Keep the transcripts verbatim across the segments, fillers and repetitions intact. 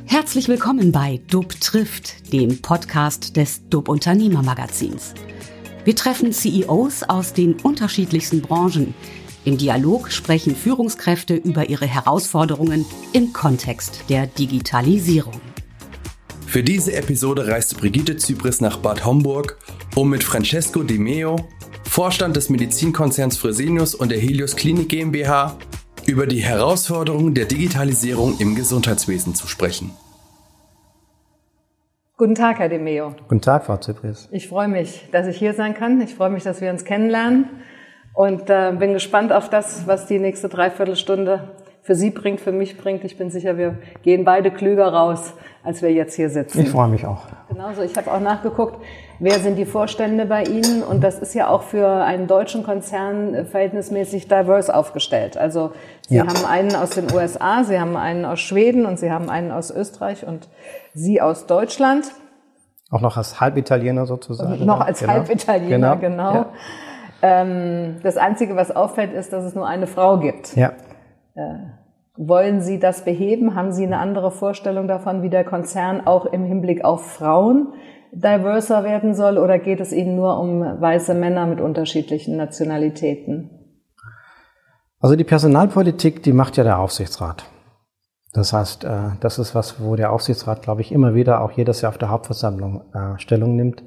Herzlich willkommen bei D U B trifft, dem Podcast des D U B Unternehmermagazins. Wir treffen C E Os aus den unterschiedlichsten Branchen. Im Dialog sprechen Führungskräfte über ihre Herausforderungen im Kontext der Digitalisierung. Für diese Episode reiste Brigitte Zypris nach Bad Homburg, um mit Francesco Di Meo, Vorstand des Medizinkonzerns Fresenius und der Helios Klinik GmbH, über die Herausforderungen der Digitalisierung im Gesundheitswesen zu sprechen. Guten Tag, Herr Di Meo. Guten Tag, Frau Zypris. Ich freue mich, dass ich hier sein kann. Ich freue mich, dass wir uns kennenlernen und äh, bin gespannt auf das, was die nächste Dreiviertelstunde für Sie bringt, für mich bringt. Ich bin sicher, wir gehen beide klüger raus, als wir jetzt hier sitzen. Ich freue mich auch. Genauso. Ich habe auch nachgeguckt, wer sind die Vorstände bei Ihnen? Und das ist ja auch für einen deutschen Konzern verhältnismäßig diverse aufgestellt. Also Sie ja. haben einen aus den U S A, Sie haben einen aus Schweden und Sie haben einen aus Österreich und Sie aus Deutschland. Auch noch als Halbitaliener sozusagen. Und noch als genau. Halbitaliener, genau. genau. Ja. Ähm, das Einzige, was auffällt, ist, dass es nur eine Frau gibt. Ja. Äh, wollen Sie das beheben? Haben Sie eine andere Vorstellung davon, wie der Konzern auch im Hinblick auf Frauen diverser werden soll? Oder geht es Ihnen nur um weiße Männer mit unterschiedlichen Nationalitäten? Also die Personalpolitik, die macht ja der Aufsichtsrat. Das heißt, das ist was, wo der Aufsichtsrat, glaube ich, immer wieder auch jedes Jahr auf der Hauptversammlung Stellung nimmt.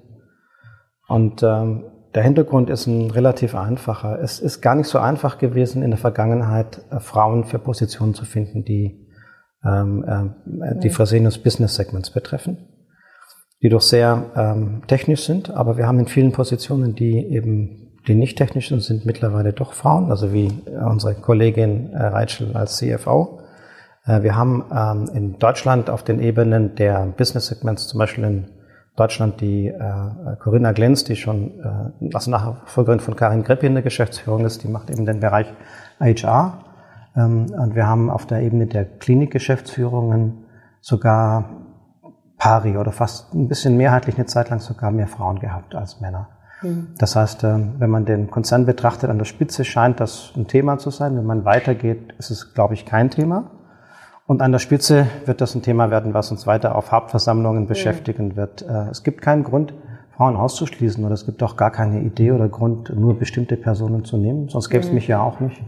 Und der Hintergrund ist ein relativ einfacher. Es ist gar nicht so einfach gewesen, in der Vergangenheit Frauen für Positionen zu finden, die ähm, die Fresenius Business Segments betreffen, die doch sehr ähm, technisch sind. Aber wir haben in vielen Positionen, die eben die nicht technischen sind, mittlerweile doch Frauen, also wie unsere Kollegin äh, Reitschel als C F O. Äh, wir haben ähm, in Deutschland auf den Ebenen der Business Segments, zum Beispiel in Deutschland die äh, Corinna Glenz, die schon äh, also Nachfolgerin von Karin Greppi in der Geschäftsführung ist, die macht eben den Bereich H R. Ähm, und wir haben auf der Ebene der Klinikgeschäftsführungen sogar pari oder fast ein bisschen mehrheitlich eine Zeit lang sogar mehr Frauen gehabt als Männer. Mhm. Das heißt, äh, wenn man den Konzern betrachtet, an der Spitze scheint das ein Thema zu sein. Wenn man weitergeht, ist es, glaube ich, kein Thema. Und an der Spitze wird das ein Thema werden, was uns weiter auf Hauptversammlungen beschäftigen wird. Es gibt keinen Grund, Frauen auszuschließen, oder es gibt auch gar keine Idee oder Grund, nur bestimmte Personen zu nehmen. Sonst gäbe es mich ja auch nicht.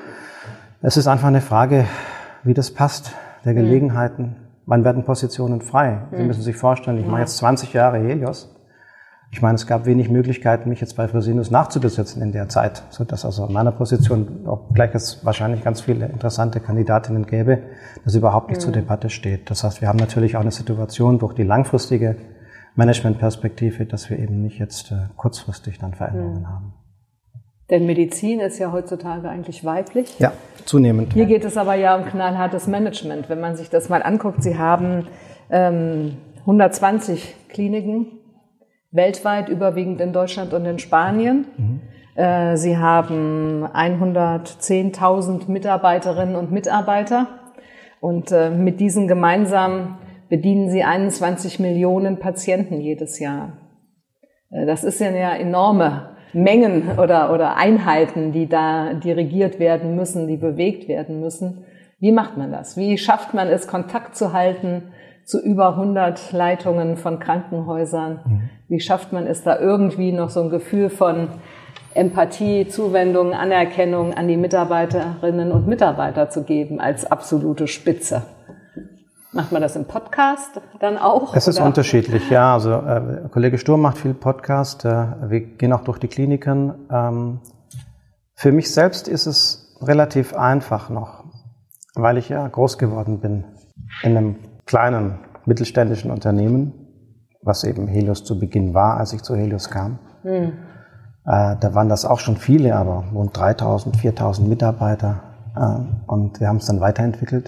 Es ist einfach eine Frage, wie das passt, der Gelegenheiten. Wann werden Positionen frei? Sie müssen sich vorstellen, ich mache jetzt zwanzig Jahre Helios. Ich meine, es gab wenig Möglichkeiten, mich jetzt bei Fresenius nachzubesetzen in der Zeit, sodass also in meiner Position, obgleich es wahrscheinlich ganz viele interessante Kandidatinnen gäbe, das überhaupt nicht mhm. zur Debatte steht. Das heißt, wir haben natürlich auch eine Situation durch die langfristige Managementperspektive, dass wir eben nicht jetzt äh, kurzfristig dann Veränderungen mhm. haben. Denn Medizin ist ja heutzutage eigentlich weiblich. Ja, zunehmend. Hier geht es aber ja um knallhartes Management. Wenn man sich das mal anguckt, Sie haben ähm, hundertzwanzig Kliniken, weltweit, überwiegend in Deutschland und in Spanien. Mhm. Äh, Sie haben hundertzehntausend Mitarbeiterinnen und Mitarbeiter. Und äh, mit diesen gemeinsam bedienen Sie einundzwanzig Millionen Patienten jedes Jahr. Äh, das ist ja enorme Mengen oder, oder Einheiten, die da dirigiert werden müssen, die bewegt werden müssen. Wie macht man das? Wie schafft man es, Kontakt zu halten zu über hundert Leitungen von Krankenhäusern? Mhm. Wie schafft man es da irgendwie noch so ein Gefühl von Empathie, Zuwendung, Anerkennung an die Mitarbeiterinnen und Mitarbeiter zu geben als absolute Spitze? Macht man das im Podcast dann auch? Es ist oder? unterschiedlich, ja. Also äh, Kollege Sturm macht viel Podcast. Äh, wir gehen auch durch die Kliniken. Ähm, für mich selbst ist es relativ einfach noch, weil ich ja groß geworden bin in einem kleinen mittelständischen Unternehmen, was eben Helios zu Beginn war, als ich zu Helios kam. Hm. Äh, da waren das auch schon viele, aber rund dreitausend, viertausend Mitarbeiter. Äh, und wir haben es dann weiterentwickelt.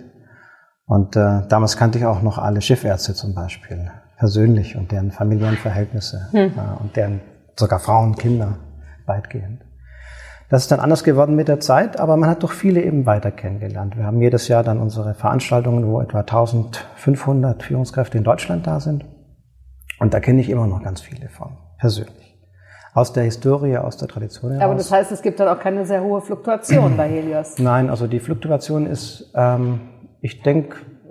Und äh, damals kannte ich auch noch alle Chefärzte zum Beispiel persönlich und deren familiären Verhältnisse hm. äh, und deren sogar Frauen, Kinder weitgehend. Das ist dann anders geworden mit der Zeit, aber man hat doch viele eben weiter kennengelernt. Wir haben jedes Jahr dann unsere Veranstaltungen, wo etwa eintausendfünfhundert Führungskräfte in Deutschland da sind. Und da kenne ich immer noch ganz viele von, persönlich. Aus der Historie, aus der Tradition heraus. Aber das heißt, es gibt dann auch keine sehr hohe Fluktuation bei Helios? Nein, also die Fluktuation ist, ähm, ich denke,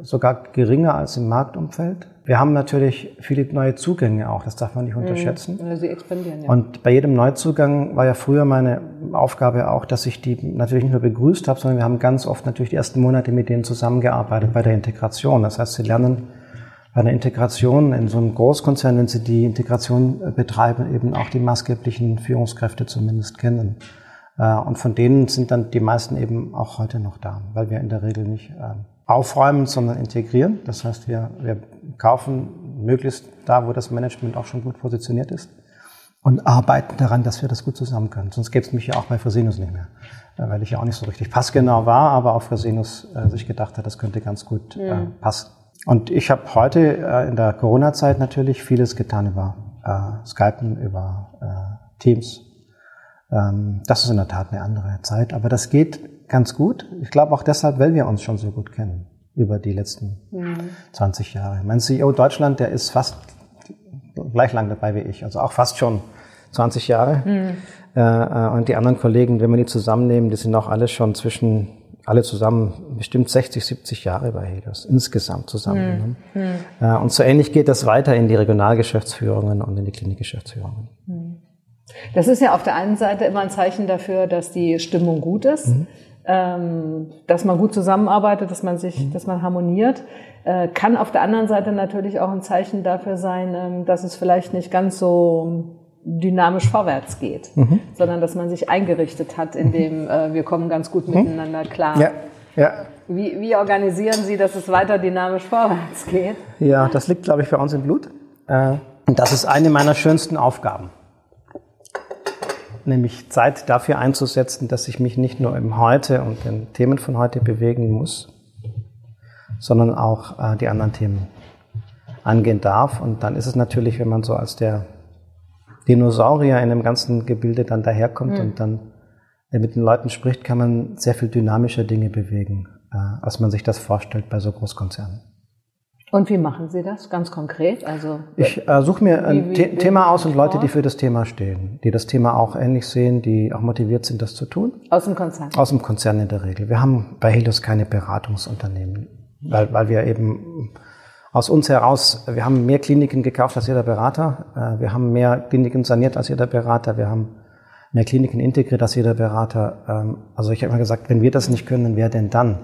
sogar geringer als im Marktumfeld. Wir haben natürlich viele neue Zugänge auch, das darf man nicht unterschätzen. Mhm. Sie expandieren, ja. Und bei jedem Neuzugang war ja früher meine Aufgabe auch, dass ich die natürlich nicht nur begrüßt habe, sondern wir haben ganz oft natürlich die ersten Monate mit denen zusammengearbeitet bei der Integration. Das heißt, sie lernen bei der Integration in so einem Großkonzern, wenn sie die Integration betreiben, eben auch die maßgeblichen Führungskräfte zumindest kennen. Und von denen sind dann die meisten eben auch heute noch da, weil wir in der Regel nicht aufräumen, sondern integrieren. Das heißt, wir, wir kaufen möglichst da, wo das Management auch schon gut positioniert ist und arbeiten daran, dass wir das gut zusammen können. Sonst gäbe es mich ja auch bei Fresenius nicht mehr, weil ich ja auch nicht so richtig passgenau war, aber auch Fresenius äh, sich gedacht hat, das könnte ganz gut äh, passen. Und ich habe heute äh, in der Corona-Zeit natürlich vieles getan über äh, Skypen, über äh, Teams. Ähm, das ist in der Tat eine andere Zeit, aber das geht ganz gut. Ich glaube auch deshalb, weil wir uns schon so gut kennen über die letzten mhm. zwanzig Jahre. Mein C E O Deutschland, der ist fast gleich lang dabei wie ich, also auch fast schon zwanzig Jahre. Mhm. Äh, und die anderen Kollegen, wenn wir die zusammennehmen, die sind auch alle schon zwischen, alle zusammen bestimmt sechzig, siebzig Jahre bei Helios, insgesamt zusammengenommen. Mhm. Äh, und so ähnlich geht das weiter in die Regionalgeschäftsführungen und in die Klinikgeschäftsführungen. Mhm. Das ist ja auf der einen Seite immer ein Zeichen dafür, dass die Stimmung gut ist, mhm. ähm, dass man gut zusammenarbeitet, dass man sich, mhm. dass man harmoniert. Äh, kann auf der anderen Seite natürlich auch ein Zeichen dafür sein, ähm, dass es vielleicht nicht ganz so dynamisch vorwärts geht, mhm. sondern dass man sich eingerichtet hat, in dem äh, wir kommen ganz gut mhm. miteinander klar. Ja. Ja. Wie, wie organisieren Sie, dass es weiter dynamisch vorwärts geht? Ja, das liegt, glaube ich, bei uns im Blut. Äh, und das ist eine meiner schönsten Aufgaben. Nämlich Zeit dafür einzusetzen, dass ich mich nicht nur im Heute und den Themen von heute bewegen muss, sondern auch äh, die anderen Themen angehen darf. Und dann ist es natürlich, wenn man so als der Dinosaurier in dem ganzen Gebilde dann daherkommt mhm. und dann äh, mit den Leuten spricht, kann man sehr viel dynamischer Dinge bewegen, äh, als man sich das vorstellt bei so Großkonzernen. Und wie machen Sie das ganz konkret? Also ich äh, suche mir ein wie, wie, The- Thema aus und Leute, die für das Thema stehen, die das Thema auch ähnlich sehen, die auch motiviert sind, das zu tun. Aus dem Konzern? Aus dem Konzern in der Regel. Wir haben bei Helios keine Beratungsunternehmen, weil, weil wir eben aus uns heraus, wir haben mehr Kliniken gekauft als jeder Berater, wir haben mehr Kliniken saniert als jeder Berater, wir haben mehr Kliniken integriert als jeder Berater. Also ich habe immer gesagt, wenn wir das nicht können, wer denn dann?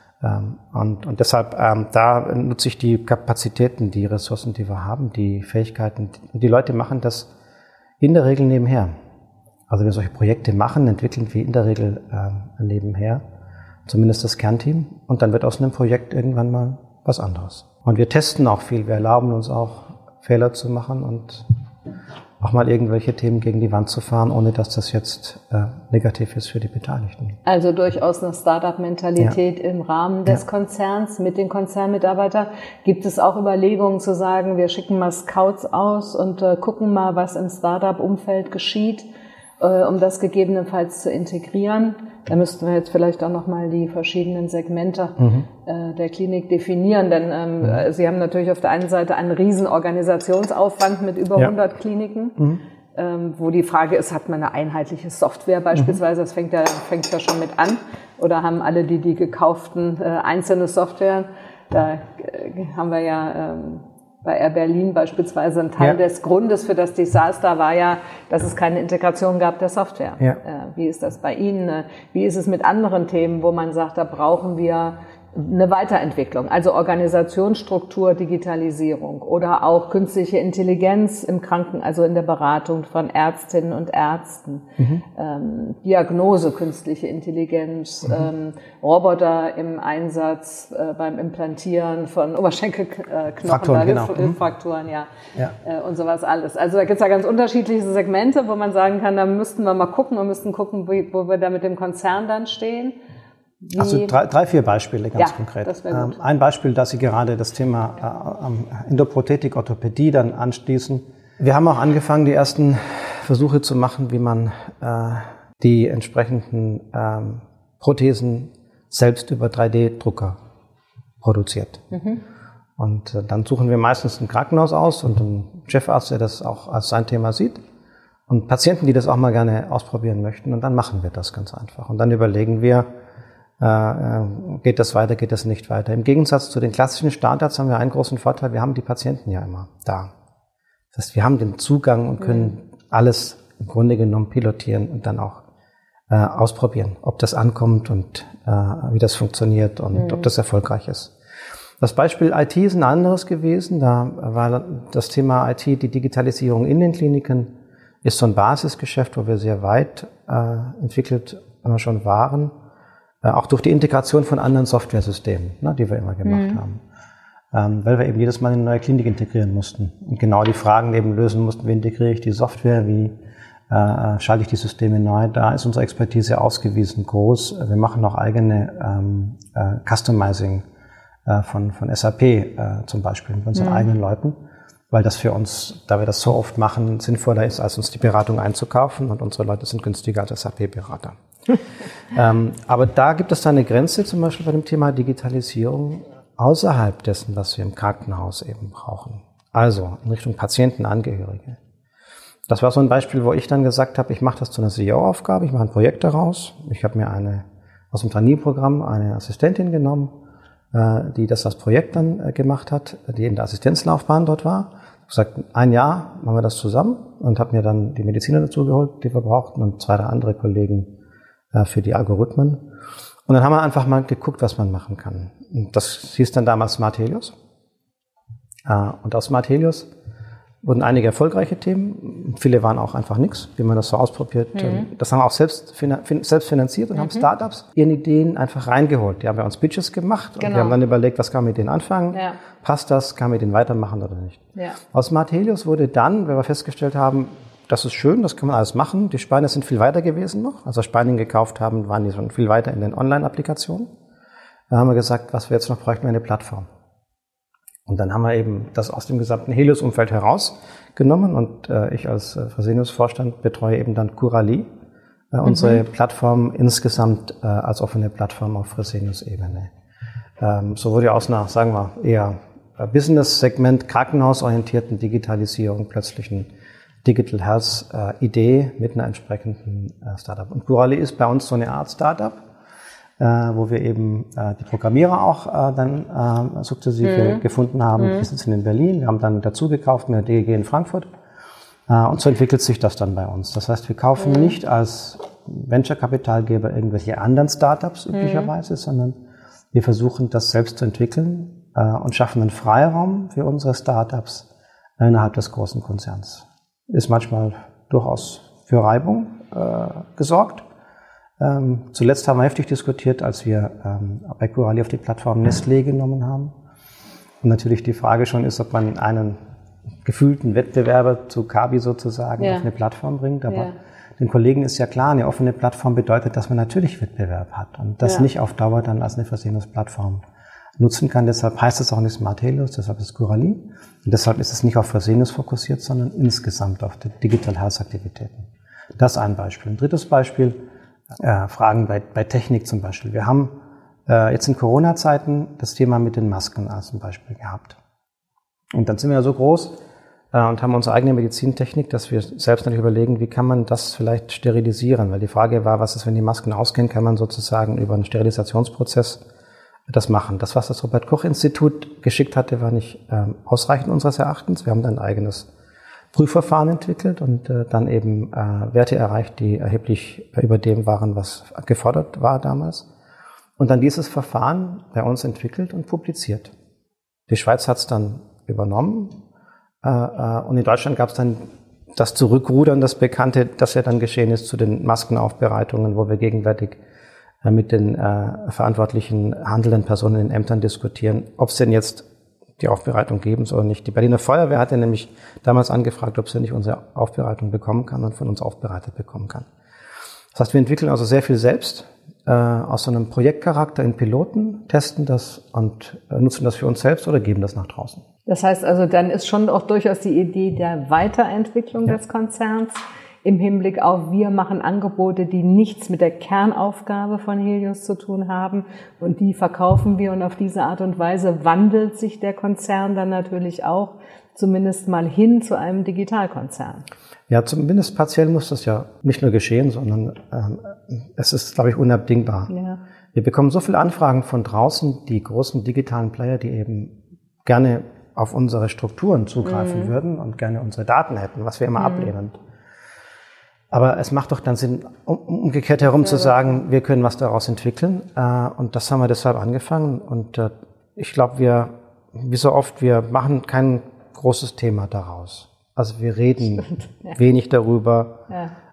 Und, und deshalb, da nutze ich die Kapazitäten, die Ressourcen, die wir haben, die Fähigkeiten. Die Leute machen das in der Regel nebenher. Also wenn wir solche Projekte machen, entwickeln wir in der Regel äh, nebenher, zumindest das Kernteam. Und dann wird aus einem Projekt irgendwann mal was anderes. Und wir testen auch viel. Wir erlauben uns auch, Fehler zu machen und auch mal irgendwelche Themen gegen die Wand zu fahren, ohne dass das jetzt äh, negativ ist für die Beteiligten. Also durchaus eine Start-up-Mentalität ja. im Rahmen des ja. Konzerns mit den Konzernmitarbeitern. Gibt es auch Überlegungen zu sagen, wir schicken mal Scouts aus und äh, gucken mal, was im Start-up-Umfeld geschieht, äh, um das gegebenenfalls zu integrieren? Da müssten wir jetzt vielleicht auch nochmal die verschiedenen Segmente mhm. äh, der Klinik definieren, denn ähm, mhm. Sie haben natürlich auf der einen Seite einen riesen Organisationsaufwand mit über ja. hundert Kliniken, mhm. ähm, wo die Frage ist, hat man eine einheitliche Software beispielsweise, mhm. das fängt ja, fängt ja schon mit an, oder haben alle die, die gekauften äh, einzelne Software, da äh, haben wir ja ähm, bei Air Berlin beispielsweise ein Teil ja. des Grundes für das Desaster war ja, dass es keine Integration gab der Software. Ja. Wie ist das bei Ihnen? Wie ist es mit anderen Themen, wo man sagt, da brauchen wir eine Weiterentwicklung, also Organisationsstruktur, Digitalisierung oder auch künstliche Intelligenz im Kranken, also in der Beratung von Ärztinnen und Ärzten, mhm. ähm, Diagnose, künstliche Intelligenz, mhm. ähm, Roboter im Einsatz äh, beim Implantieren von Oberschenkelknochen, genau. Hüftfrakturen, ja, ja. Äh, und sowas alles. Also da gibt es ja ganz unterschiedliche Segmente, wo man sagen kann, da müssten wir mal gucken, wir müssten gucken, wo, wo wir da mit dem Konzern dann stehen. Wie? Also drei, drei, vier Beispiele ganz ja, konkret. Das wäre gut. Ein Beispiel, dass Sie gerade das Thema äh, Endoprothetik, Orthopädie dann anschließen. Wir haben auch angefangen, die ersten Versuche zu machen, wie man äh, die entsprechenden ähm, Prothesen selbst über drei D Drucker produziert. Mhm. Und äh, dann suchen wir meistens ein Krankenhaus aus und einen Chefarzt, der das auch als sein Thema sieht. Und Patienten, die das auch mal gerne ausprobieren möchten. Und dann machen wir das ganz einfach. Und dann überlegen wir, Äh, geht das weiter, geht das nicht weiter? Im Gegensatz zu den klassischen Startups haben wir einen großen Vorteil, wir haben die Patienten ja immer da. Das heißt, wir haben den Zugang und können mhm. alles im Grunde genommen pilotieren und dann auch äh, ausprobieren, ob das ankommt und äh, wie das funktioniert und mhm. ob das erfolgreich ist. Das Beispiel I T ist ein anderes gewesen. Da war das Thema I T, die Digitalisierung in den Kliniken, ist so ein Basisgeschäft, wo wir sehr weit äh, entwickelt äh, schon waren. Auch durch die Integration von anderen Softwaresystemen, ne, die wir immer gemacht mhm. haben. Ähm, weil wir eben jedes Mal eine neue Klinik integrieren mussten. Und genau die Fragen eben lösen mussten, wie integriere ich die Software, wie äh, schalte ich die Systeme neu. Da ist unsere Expertise ausgewiesen groß. Wir machen auch eigene ähm, äh, Customizing äh, von, von S A P äh, zum Beispiel mit unseren mhm. eigenen Leuten, weil das für uns, da wir das so oft machen, sinnvoller ist, als uns die Beratung einzukaufen. Und unsere Leute sind günstiger als S A P-Berater. ähm, aber da gibt es dann eine Grenze, zum Beispiel bei dem Thema Digitalisierung, außerhalb dessen, was wir im Krankenhaus eben brauchen. Also in Richtung Patientenangehörige. Das war so ein Beispiel, wo ich dann gesagt habe, ich mache das zu einer C E O-Aufgabe, ich mache ein Projekt daraus. Ich habe mir eine aus dem Trainee-Programm eine Assistentin genommen, äh, die das als Projekt dann äh, gemacht hat, die in der Assistenzlaufbahn dort war. Ich habe gesagt, ein Jahr machen wir das zusammen und habe mir dann die Mediziner dazu geholt, die wir brauchten, und zwei, drei andere Kollegen für die Algorithmen. Und dann haben wir einfach mal geguckt, was man machen kann. Und das hieß dann damals Smart Helios. Und aus Smart Helios wurden einige erfolgreiche Themen. Viele waren auch einfach nichts, wie man das so ausprobiert. Mhm. Das haben wir auch selbst, selbst finanziert und mhm. haben Startups ihren Ideen einfach reingeholt. Die haben bei uns Pitches gemacht genau. und wir haben dann überlegt, was kann man mit denen anfangen? Ja. Passt das? Kann man mit denen weitermachen oder nicht? Ja. Aus Smart Helios wurde dann, wenn wir festgestellt haben, das ist schön, das kann man alles machen. Die Spanier sind viel weiter gewesen noch. Als wir Spanien gekauft haben, waren die schon viel weiter in den Online-Applikationen. Da haben wir gesagt, was wir jetzt noch bräuchten, wir eine Plattform. Und dann haben wir eben das aus dem gesamten Helios-Umfeld herausgenommen und äh, ich als äh, Fresenius-Vorstand betreue eben dann Curalie, äh, mhm. unsere Plattform insgesamt äh, als offene Plattform auf Fresenius-Ebene. Ähm, so wurde aus einer, sagen wir, eher Business-Segment, krankenhausorientierten Digitalisierung plötzlich ein Digital Health äh, Idee mit einer entsprechenden äh, Startup. Und Curalie ist bei uns so eine Art Startup, äh, wo wir eben äh, die Programmierer auch äh, dann äh, sukzessive mhm. gefunden haben. Mhm. Wir sitzen in Berlin, wir haben dann dazu gekauft mit der D G G in Frankfurt. Äh, und so entwickelt sich das dann bei uns. Das heißt, wir kaufen mhm. nicht als Venture-Kapitalgeber irgendwelche anderen Startups üblicherweise, mhm. sondern wir versuchen das selbst zu entwickeln äh, und schaffen einen Freiraum für unsere Startups innerhalb des großen Konzerns. Ist manchmal durchaus für Reibung äh, gesorgt. Ähm, zuletzt haben wir heftig diskutiert, als wir ähm, bei Curalie auf die Plattform Nestlé genommen haben. Und natürlich die Frage schon ist, ob man einen gefühlten Wettbewerber zu Kabi sozusagen ja. auf eine Plattform bringt. Aber ja. den Kollegen ist ja klar, eine offene Plattform bedeutet, dass man natürlich Wettbewerb hat und das ja. nicht auf Dauer dann als eine Fresenius-Plattform nutzen kann. Deshalb heißt es auch nicht Smart Helios, deshalb ist es Curalie. Und deshalb ist es nicht auf Fresenius fokussiert, sondern insgesamt auf die Digital Health Aktivitäten. Das ist ein Beispiel. Ein drittes Beispiel, äh, Fragen bei, bei Technik zum Beispiel. Wir haben äh, jetzt in Corona-Zeiten das Thema mit den Masken als ein Beispiel gehabt. Und dann sind wir ja so groß äh, und haben unsere eigene Medizintechnik, dass wir selbst natürlich überlegen, wie kann man das vielleicht sterilisieren. Weil die Frage war, was ist, wenn die Masken ausgehen, kann man sozusagen über einen Sterilisationsprozess das machen. Das, was das Robert-Koch-Institut geschickt hatte, war nicht ähm, ausreichend unseres Erachtens. Wir haben dann ein eigenes Prüfverfahren entwickelt und äh, dann eben äh, Werte erreicht, die erheblich über dem waren, was gefordert war damals. Und dann dieses Verfahren bei uns entwickelt und publiziert. Die Schweiz hat es dann übernommen äh, äh, und in Deutschland gab es dann das Zurückrudern, das Bekannte, das ja dann geschehen ist zu den Maskenaufbereitungen, wo wir gegenwärtig mit den äh, verantwortlichen handelnden Personen in Ämtern diskutieren, ob es denn jetzt die Aufbereitung geben soll oder nicht. Die Berliner Feuerwehr hatte nämlich damals angefragt, ob sie nicht unsere Aufbereitung bekommen kann und von uns aufbereitet bekommen kann. Das heißt, wir entwickeln also sehr viel selbst äh, aus so einem Projektcharakter in Piloten, testen das und äh, nutzen das für uns selbst oder geben das nach draußen. Das heißt also, dann ist schon auch durchaus die Idee der Weiterentwicklung ja. des Konzerns im Hinblick auf, wir machen Angebote, die nichts mit der Kernaufgabe von Helios zu tun haben und die verkaufen wir und auf diese Art und Weise wandelt sich der Konzern dann natürlich auch zumindest mal hin zu einem Digitalkonzern. Ja, zumindest partiell muss das ja nicht nur geschehen, sondern ähm, es ist, glaube ich, unabdingbar. Ja. Wir bekommen so viele Anfragen von draußen, die großen digitalen Player, die eben gerne auf unsere Strukturen zugreifen mhm. würden und gerne unsere Daten hätten, was wir immer mhm. ablehnen. Aber es macht doch dann Sinn, um, umgekehrt herum ja, zu sagen, wir können was daraus entwickeln. Äh, und das haben wir deshalb angefangen. Und äh, ich glaube, wir, wie so oft, wir machen kein großes Thema daraus. Also wir reden ja. wenig darüber.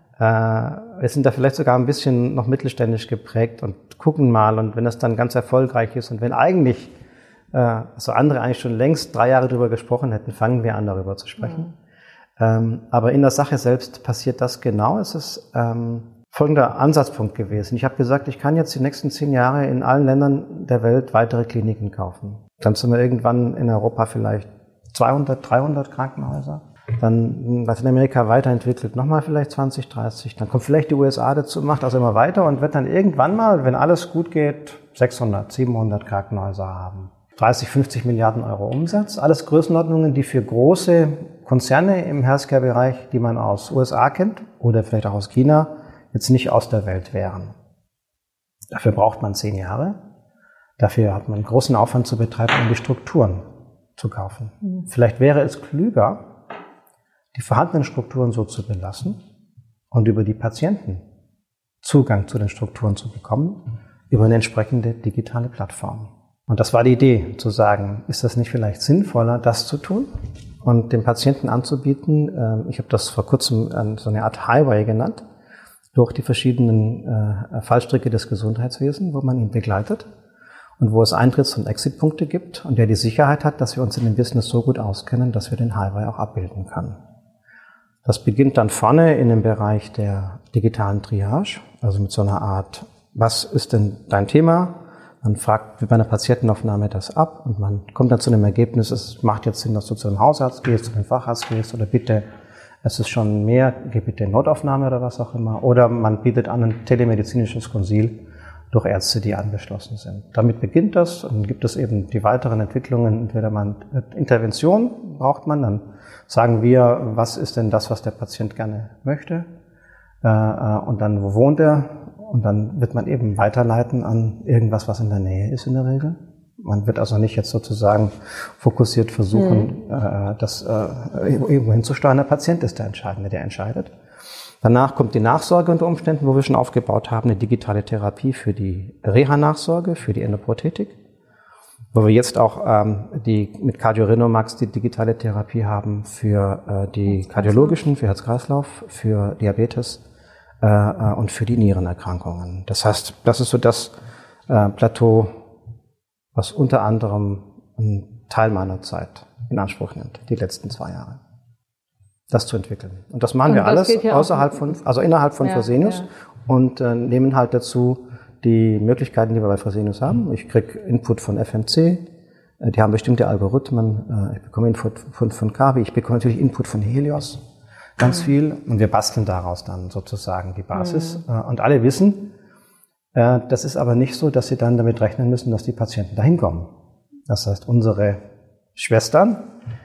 Ja. Äh, wir sind da vielleicht sogar ein bisschen noch mittelständisch geprägt und gucken mal. Und wenn das dann ganz erfolgreich ist und wenn eigentlich äh, also andere eigentlich schon längst drei Jahre darüber gesprochen hätten, fangen wir an, darüber zu sprechen. Mhm. Ähm, aber in der Sache selbst passiert das genau. Es ist ähm, folgender Ansatzpunkt gewesen. Ich habe gesagt, ich kann jetzt die nächsten zehn Jahre in allen Ländern der Welt weitere Kliniken kaufen. Dann sind wir irgendwann in Europa vielleicht zweihundert, dreihundert Krankenhäuser. Dann in Lateinamerika weiterentwickelt, nochmal vielleicht zwanzig, dreißig. Dann kommt vielleicht die U S A dazu, macht also immer weiter und wird dann irgendwann mal, wenn alles gut geht, sechshundert, siebenhundert Krankenhäuser haben. dreißig, fünfzig Milliarden Euro Umsatz. Alles Größenordnungen, die für große Konzerne im Healthcare-Bereich, die man aus U S A kennt oder vielleicht auch aus China, jetzt nicht aus der Welt wären. Dafür braucht man zehn Jahre. Dafür hat man großen Aufwand zu betreiben, um die Strukturen zu kaufen. Mhm. Vielleicht wäre es klüger, die vorhandenen Strukturen so zu belassen und über die Patienten Zugang zu den Strukturen zu bekommen, über eine entsprechende digitale Plattform. Und das war die Idee, zu sagen, ist das nicht vielleicht sinnvoller, das zu tun und dem Patienten anzubieten? Ich habe das vor kurzem so eine Art Highway genannt, durch die verschiedenen Fallstricke des Gesundheitswesens, wo man ihn begleitet und wo es Eintritts- und Exitpunkte gibt und der die Sicherheit hat, dass wir uns in dem Business so gut auskennen, dass wir den Highway auch abbilden können. Das beginnt dann vorne in dem Bereich der digitalen Triage, also mit so einer Art, was ist denn dein Thema? Man fragt wie bei einer Patientenaufnahme das ab und man kommt dann zu dem Ergebnis, es macht jetzt Sinn, dass du zu einem Hausarzt gehst, zu einem Facharzt gehst oder bitte, es ist schon mehr, geh bitte Notaufnahme oder was auch immer. Oder man bietet an ein telemedizinisches Konsil durch Ärzte, die angeschlossen sind. Damit beginnt das und dann gibt es eben die weiteren Entwicklungen. Entweder man Intervention braucht man, dann sagen wir, was ist denn das, was der Patient gerne möchte und dann, wo wohnt er? Und dann wird man eben weiterleiten an irgendwas, was in der Nähe ist in der Regel. Man wird also nicht jetzt sozusagen fokussiert versuchen, mhm. das irgendwo hinzusteuern. Der Patient ist der Entscheidende, der entscheidet. Danach kommt die Nachsorge unter Umständen, wo wir schon aufgebaut haben, eine digitale Therapie für die Reha-Nachsorge, für die Endoprothetik. Wo wir jetzt auch ähm, die mit CardioRenomax die digitale Therapie haben für äh, die kardiologischen, für Herz-Kreislauf, für Diabetes äh, und für die Nierenerkrankungen. Das heißt, das ist so das äh, Plateau, was unter anderem einen Teil meiner Zeit in Anspruch nimmt, die letzten zwei Jahre. Das zu entwickeln. Und das machen und wir das alles ja außerhalb von, also innerhalb von ja, Fresenius ja. und äh, nehmen halt dazu die Möglichkeiten, die wir bei Fresenius haben. Ich kriege Input von F M C, äh, die haben bestimmte Algorithmen, äh, ich bekomme Input von, von Kavi, ich bekomme natürlich Input von Helios, ganz mhm. viel. Und wir basteln daraus dann sozusagen die Basis. Mhm. Äh, und alle wissen, äh, das ist aber nicht so, dass sie dann damit rechnen müssen, dass die Patienten dahin kommen. Das heißt, unsere Schwestern,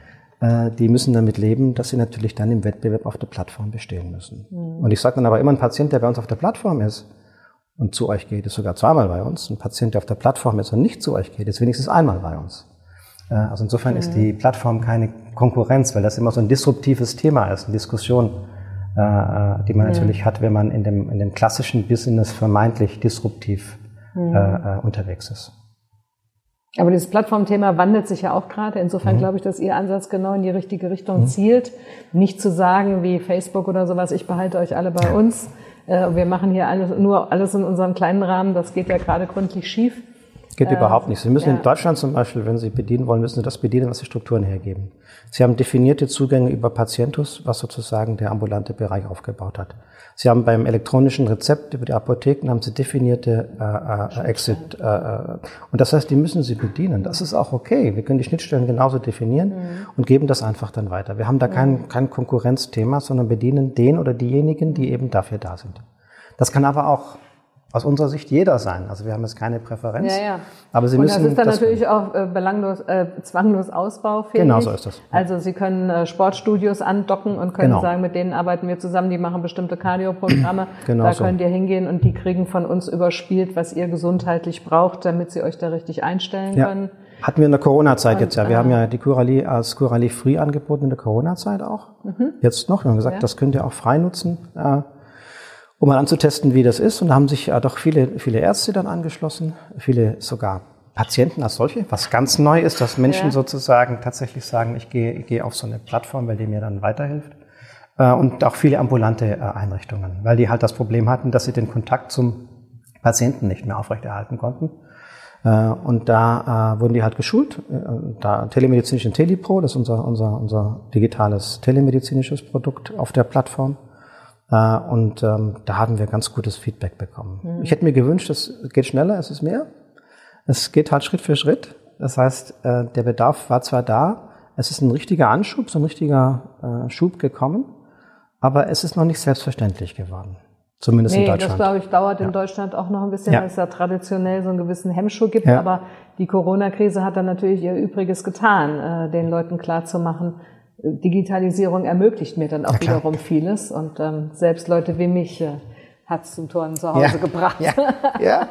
die müssen damit leben, dass sie natürlich dann im Wettbewerb auf der Plattform bestehen müssen. Mhm. Und ich sage dann aber immer, ein Patient, der bei uns auf der Plattform ist und zu euch geht, ist sogar zweimal bei uns. Ein Patient, der auf der Plattform ist und nicht zu euch geht, ist wenigstens einmal bei uns. Also insofern mhm. ist die Plattform keine Konkurrenz, weil das immer so ein disruptives Thema ist, eine Diskussion, die man mhm. natürlich hat, wenn man in dem, in dem klassischen Business vermeintlich disruptiv mhm. äh, unterwegs ist. Aber dieses Plattformthema wandelt sich ja auch gerade. Insofern mhm. glaube ich, dass Ihr Ansatz genau in die richtige Richtung mhm. zielt. Nicht zu sagen wie Facebook oder sowas, ich behalte euch alle bei uns. Äh, wir machen hier alles, nur alles in unserem kleinen Rahmen. Das geht ja gerade gründlich schief. Geht äh, überhaupt nicht. Sie müssen ja. in Deutschland zum Beispiel, wenn Sie bedienen wollen, müssen Sie das bedienen, was die Strukturen hergeben. Sie haben definierte Zugänge über Patientus, was sozusagen der ambulante Bereich aufgebaut hat. Sie haben beim elektronischen Rezept über die Apotheken haben Sie definierte äh, äh, Exit. Äh, äh, und das heißt, die müssen Sie bedienen. Das ist auch okay. Wir können die Schnittstellen genauso definieren mhm. und geben das einfach dann weiter. Wir haben da kein, kein Konkurrenzthema, sondern bedienen den oder diejenigen, die eben dafür da sind. Das kann aber auch aus unserer Sicht jeder sein. Also wir haben jetzt keine Präferenz. Ja, ja. Aber Sie und müssen das ist dann das natürlich auch äh, belanglos, äh, zwanglos ausbaufähig. Genau so ist das. Ja. Also Sie können äh, Sportstudios andocken und können genau. sagen, mit denen arbeiten wir zusammen, die machen bestimmte Cardio-Programme. Genau da so. könnt ihr hingehen und die kriegen von uns überspielt, was ihr gesundheitlich braucht, damit sie euch da richtig einstellen ja. können. Hatten wir in der Corona-Zeit jetzt ja. Wir äh, haben ja die Curalie als Curalie Free angeboten in der Corona-Zeit auch. Mhm. Jetzt noch. Wir haben gesagt, ja. das könnt ihr auch frei nutzen. Äh, um mal anzutesten, wie das ist. Und da haben sich ja doch viele, viele Ärzte dann angeschlossen, viele sogar Patienten als solche, was ganz neu ist, dass Menschen ja. sozusagen tatsächlich sagen, ich gehe, ich gehe auf so eine Plattform, weil die mir dann weiterhilft. Und auch viele ambulante Einrichtungen, weil die halt das Problem hatten, dass sie den Kontakt zum Patienten nicht mehr aufrechterhalten konnten. Und da wurden die halt geschult. Da telemedizinisch in Telepro, das ist unser, unser, unser digitales telemedizinisches Produkt auf der Plattform. Und ähm, da haben wir ganz gutes Feedback bekommen. Mhm. Ich hätte mir gewünscht, es geht schneller, es ist mehr. Es geht halt Schritt für Schritt. Das heißt, äh, der Bedarf war zwar da, es ist ein richtiger Anschub, so ein richtiger äh, Schub gekommen, aber es ist noch nicht selbstverständlich geworden. Zumindest nee, in Deutschland. Das, glaube ich, dauert in ja. Deutschland auch noch ein bisschen, ja. weil es ja traditionell so einen gewissen Hemmschuh gibt. Ja. Aber die Corona-Krise hat dann natürlich ihr Übriges getan, äh, den Leuten klarzumachen, Digitalisierung ermöglicht mir dann auch ja, wiederum vieles. Und ähm, selbst Leute wie mich äh, hat es zum Turnen zu Hause ja. gebracht. Ja. ja.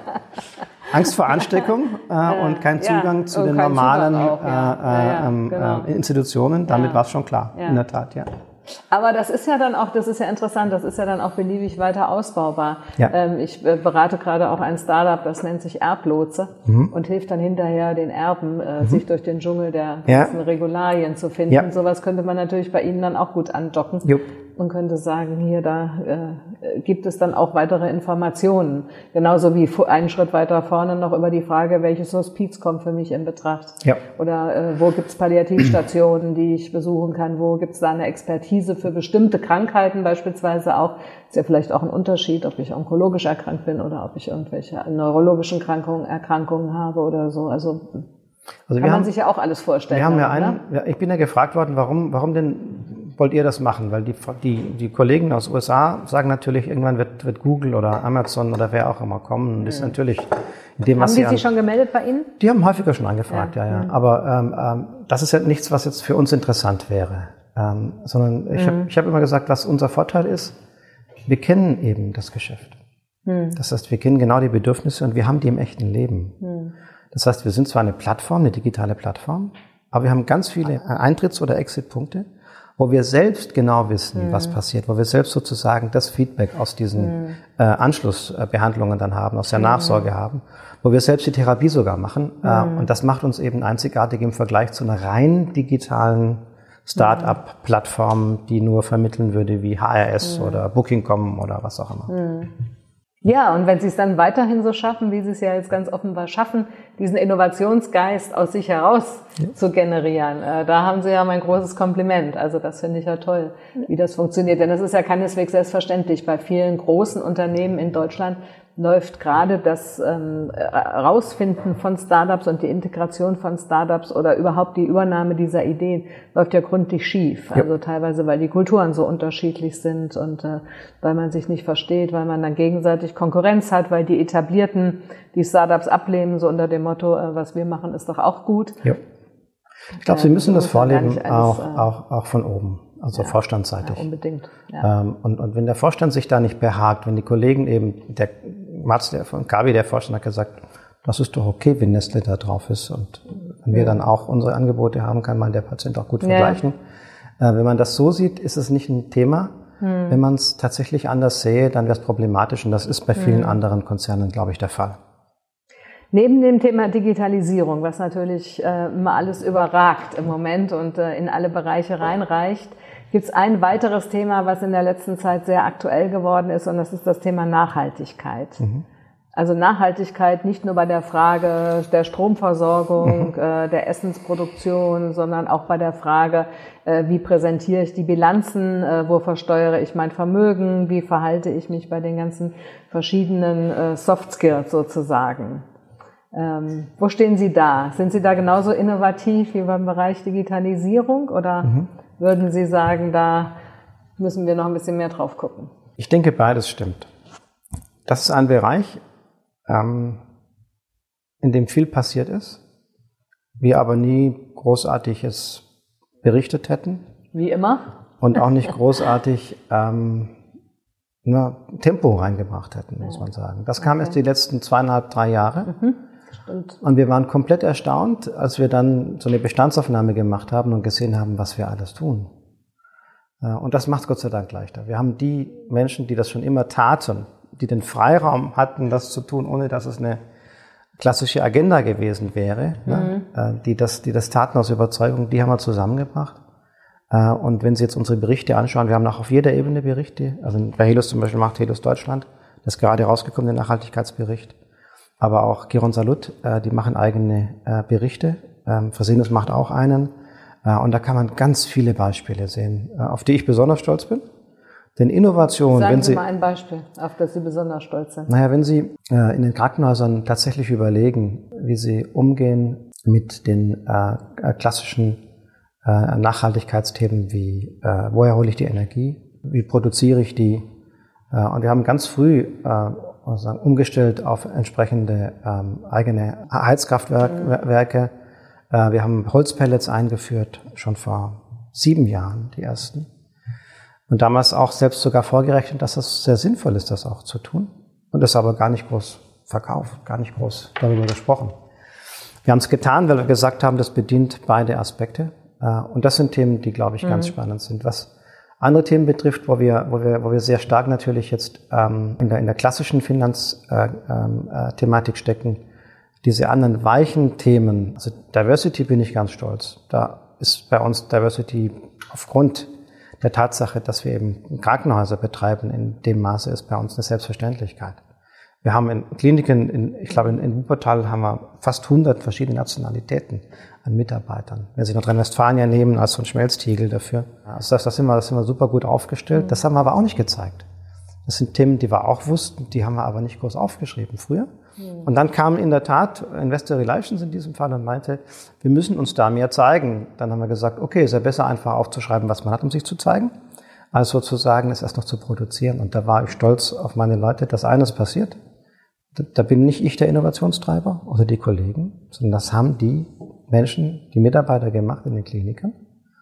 Angst vor Ansteckung äh, und kein Zugang ja. zu und den normalen auch, ja. äh, ja, ähm, genau. äh, Institutionen. Damit ja. war es schon klar, ja. in der Tat, ja. Aber das ist ja dann auch, das ist ja interessant, das ist ja dann auch beliebig weiter ausbaubar. Ja. Ähm, ich äh, berate gerade auch ein Startup, das nennt sich Erblotse mhm. und hilft dann hinterher den Erben, äh, mhm. sich durch den Dschungel der ganzen ja. Regularien zu finden. Ja. Sowas könnte man natürlich bei Ihnen dann auch gut andocken. Jupp. Und könnte sagen, hier, da äh, gibt es dann auch weitere Informationen. Genauso wie einen Schritt weiter vorne noch über die Frage, welches Hospiz kommt für mich in Betracht. Ja. Oder äh, wo gibt es Palliativstationen, die ich besuchen kann, wo gibt es da eine Expertise für bestimmte Krankheiten beispielsweise auch. Ist ja vielleicht auch ein Unterschied, ob ich onkologisch erkrankt bin oder ob ich irgendwelche neurologischen Erkrankungen, Erkrankungen habe oder so. Also, also kann man haben, sich ja auch alles vorstellen. Wir haben ja einen, einen, ja, ich bin ja gefragt worden, warum, warum denn wollt ihr das machen? Weil die, die, die Kollegen aus U S A sagen natürlich, irgendwann wird, wird Google oder Amazon oder wer auch immer kommen. Und das ist natürlich in dem, haben was die sie sich schon gemeldet bei Ihnen? Die haben häufiger schon angefragt, ja, ja. ja. Aber ähm, ähm, das ist ja nichts, was jetzt für uns interessant wäre. Ähm, sondern ich mhm. habe ich hab immer gesagt, was unser Vorteil ist, wir kennen eben das Geschäft. Mhm. Das heißt, wir kennen genau die Bedürfnisse und wir haben die im echten Leben. Mhm. Das heißt, wir sind zwar eine Plattform, eine digitale Plattform, aber wir haben ganz viele Eintritts- oder Exit-Punkte, wo wir selbst genau wissen, mhm. was passiert, wo wir selbst sozusagen das Feedback aus diesen mhm. äh, Anschlussbehandlungen dann haben, aus der mhm. Nachsorge haben, wo wir selbst die Therapie sogar machen. Mhm. Äh, und das macht uns eben einzigartig im Vergleich zu einer rein digitalen Start-up-Plattform, die nur vermitteln würde wie H R S mhm. oder Booking Punkt com oder was auch immer. Mhm. Ja, und wenn Sie es dann weiterhin so schaffen, wie Sie es ja jetzt ganz offenbar schaffen, diesen Innovationsgeist aus sich heraus ja. zu generieren, äh, da haben Sie ja mein großes Kompliment. Also das finde ich ja toll, wie das funktioniert. Denn das ist ja keineswegs selbstverständlich. Bei vielen großen Unternehmen in Deutschland läuft gerade das ähm, Rausfinden von Startups und die Integration von Startups oder überhaupt die Übernahme dieser Ideen läuft ja gründlich schief. Also ja. teilweise, weil die Kulturen so unterschiedlich sind und äh, weil man sich nicht versteht, weil man dann gegenseitig Konkurrenz hat, weil die Etablierten die Startups ablehnen, so unter dem Motto, äh, was wir machen, ist doch auch gut. Ja. Ich glaube, Sie müssen das vorleben, auch, auch, auch von oben. Also ja, vorstandsseitig. Ja, unbedingt. Ja. Ähm, und, und wenn der Vorstand sich da nicht behagt, wenn die Kollegen eben, der Mats, der von Gabi, der Vorstand, hat gesagt, das ist doch okay, wenn Nestle da drauf ist. Und wenn ja. wir dann auch unsere Angebote haben, kann man der Patient auch gut vergleichen. Ja. Äh, wenn man das so sieht, ist es nicht ein Thema. Hm. Wenn man es tatsächlich anders sähe, dann wäre es problematisch. Und das ist bei vielen hm. anderen Konzernen, glaube ich, der Fall. Neben dem Thema Digitalisierung, was natürlich äh, immer alles überragt im Moment und äh, in alle Bereiche reinreicht, gibt es ein weiteres Thema, was in der letzten Zeit sehr aktuell geworden ist, und das ist das Thema Nachhaltigkeit. Mhm. Also Nachhaltigkeit nicht nur bei der Frage der Stromversorgung, mhm. äh, der Essensproduktion, sondern auch bei der Frage, äh, wie präsentiere ich die Bilanzen, äh, wo versteuere ich mein Vermögen, wie verhalte ich mich bei den ganzen verschiedenen äh, Soft Skills sozusagen. Ähm, wo stehen Sie da? Sind Sie da genauso innovativ wie beim Bereich Digitalisierung oder mhm. würden Sie sagen, da müssen wir noch ein bisschen mehr drauf gucken? Ich denke, beides stimmt. Das ist ein Bereich, ähm, in dem viel passiert ist, wir aber nie Großartiges berichtet hätten. Wie immer. Und auch nicht großartig ähm, na, Tempo reingebracht hätten, muss man sagen. Das kam okay. erst die letzten zweieinhalb, drei Jahre. Mhm. Stimmt. Und wir waren komplett erstaunt, als wir dann so eine Bestandsaufnahme gemacht haben und gesehen haben, was wir alles tun. Und das macht Gott sei Dank leichter. Wir haben die Menschen, die das schon immer taten, die den Freiraum hatten, das zu tun, ohne dass es eine klassische Agenda gewesen wäre, mhm. ne? die, das, die das taten aus Überzeugung, die haben wir zusammengebracht. Und wenn Sie jetzt unsere Berichte anschauen, wir haben auch auf jeder Ebene Berichte. Also bei Helios zum Beispiel macht Helios Deutschland, das ist gerade rausgekommen, der Nachhaltigkeitsbericht. Aber auch Quirónsalud, die machen eigene Berichte. Fresenius macht auch einen. Und da kann man ganz viele Beispiele sehen, auf die ich besonders stolz bin. Denn Innovation, Sagen wenn Sie... Sie mal ein Beispiel, auf das Sie besonders stolz sind. Naja, wenn Sie äh, in den Krankenhäusern tatsächlich überlegen, wie Sie umgehen mit den äh, klassischen äh, Nachhaltigkeitsthemen wie, äh, woher hole ich die Energie, wie produziere ich die? Äh, und wir haben ganz früh äh, sagen, umgestellt auf entsprechende ähm, eigene Heizkraftwerke. Mhm. Äh, wir haben Holzpellets eingeführt, schon vor sieben Jahren, die ersten. Und damals auch selbst sogar vorgerechnet, dass es sehr sinnvoll ist, das auch zu tun. Und das aber gar nicht groß verkauft, gar nicht groß darüber gesprochen. Wir haben es getan, weil wir gesagt haben, das bedient beide Aspekte. Und das sind Themen, die, glaube ich, ganz mhm. spannend sind. Was andere Themen betrifft, wo wir, wo wir, wo wir sehr stark natürlich jetzt ähm, in der, in der klassischen Finanzthematik äh, äh, stecken, diese anderen weichen Themen, also Diversity bin ich ganz stolz. Da ist bei uns Diversity aufgrund der Tatsache, dass wir eben Krankenhäuser betreiben, in dem Maße ist bei uns eine Selbstverständlichkeit. Wir haben in Kliniken, in, ich glaube in, in Wuppertal haben wir fast hundert verschiedene Nationalitäten an Mitarbeitern. Wenn Sie Nordrhein-Westfalen nehmen als so ein Schmelztiegel dafür. Also das, das, sind wir, das sind wir super gut aufgestellt. Mhm. Das haben wir aber auch nicht gezeigt. Das sind Themen, die wir auch wussten, die haben wir aber nicht groß aufgeschrieben früher. Mhm. Und dann kam in der Tat Investor Relations in diesem Fall und meinte, wir müssen uns da mehr zeigen. Dann haben wir gesagt, okay, ist ja besser einfach aufzuschreiben, was man hat, um sich zu zeigen, als sozusagen es erst noch zu produzieren. Und da war ich stolz auf meine Leute, dass eines passiert. Da bin nicht ich der Innovationstreiber oder die Kollegen, sondern das haben die Menschen, die Mitarbeiter gemacht in den Kliniken,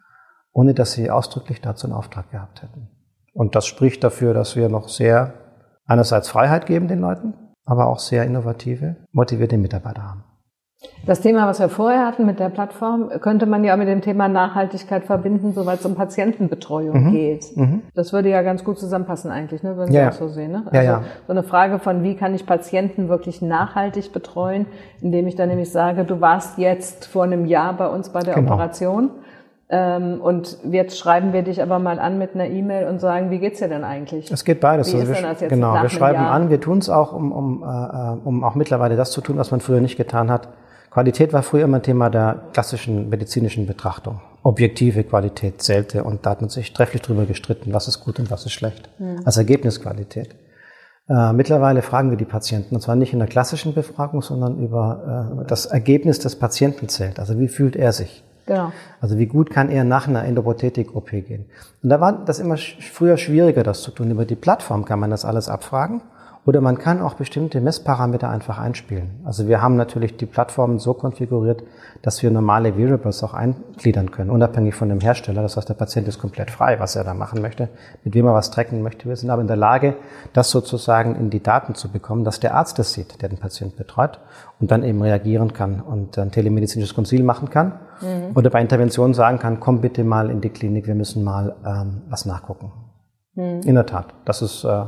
ohne dass sie ausdrücklich dazu einen Auftrag gehabt hätten. Und das spricht dafür, dass wir noch sehr einerseits Freiheit geben den Leuten, aber auch sehr innovative, motivierte Mitarbeiter haben. Das Thema, was wir vorher hatten mit der Plattform, könnte man ja auch mit dem Thema Nachhaltigkeit verbinden, soweit es um Patientenbetreuung mhm. geht. Mhm. Das würde ja ganz gut zusammenpassen eigentlich, ne? Würden Sie ja, auch so sehen. Ne? Also ja, ja. so eine Frage von, wie kann ich Patienten wirklich nachhaltig betreuen, indem ich dann nämlich sage, du warst jetzt vor einem Jahr bei uns bei der genau. Operation ähm, und jetzt schreiben wir dich aber mal an mit einer E-Mail und sagen, wie geht's dir denn eigentlich? Es geht beides. Wie also ist wir, denn das jetzt genau, nach wir schreiben Jahr? an, wir tun es auch, um, um, äh, um auch mittlerweile das zu tun, was man früher nicht getan hat. Qualität war früher immer ein Thema der klassischen medizinischen Betrachtung. Objektive Qualität zählte und da hat man sich trefflich drüber gestritten, was ist gut und was ist schlecht. Mhm. Als Ergebnisqualität. Äh, mittlerweile fragen wir die Patienten, und zwar nicht in der klassischen Befragung, sondern über äh, das Ergebnis des Patienten zählt. Also wie fühlt er sich? Genau. Also wie gut kann er nach einer Endoprothetik-O P gehen? Und da war das immer sch- früher schwieriger, das zu tun. Über die Plattform kann man das alles abfragen. Oder man kann auch bestimmte Messparameter einfach einspielen. Also wir haben natürlich die Plattformen so konfiguriert, dass wir normale Variables auch eingliedern können, unabhängig von dem Hersteller. Das heißt, der Patient ist komplett frei, was er da machen möchte, mit wem er was tracken möchte. Wir sind aber in der Lage, das sozusagen in die Daten zu bekommen, dass der Arzt das sieht, der den Patient betreut und dann eben reagieren kann und ein telemedizinisches Konsil machen kann. Mhm. Oder bei Interventionen sagen kann, komm bitte mal in die Klinik, wir müssen mal ähm, was nachgucken. Mhm. In der Tat, das ist... Äh,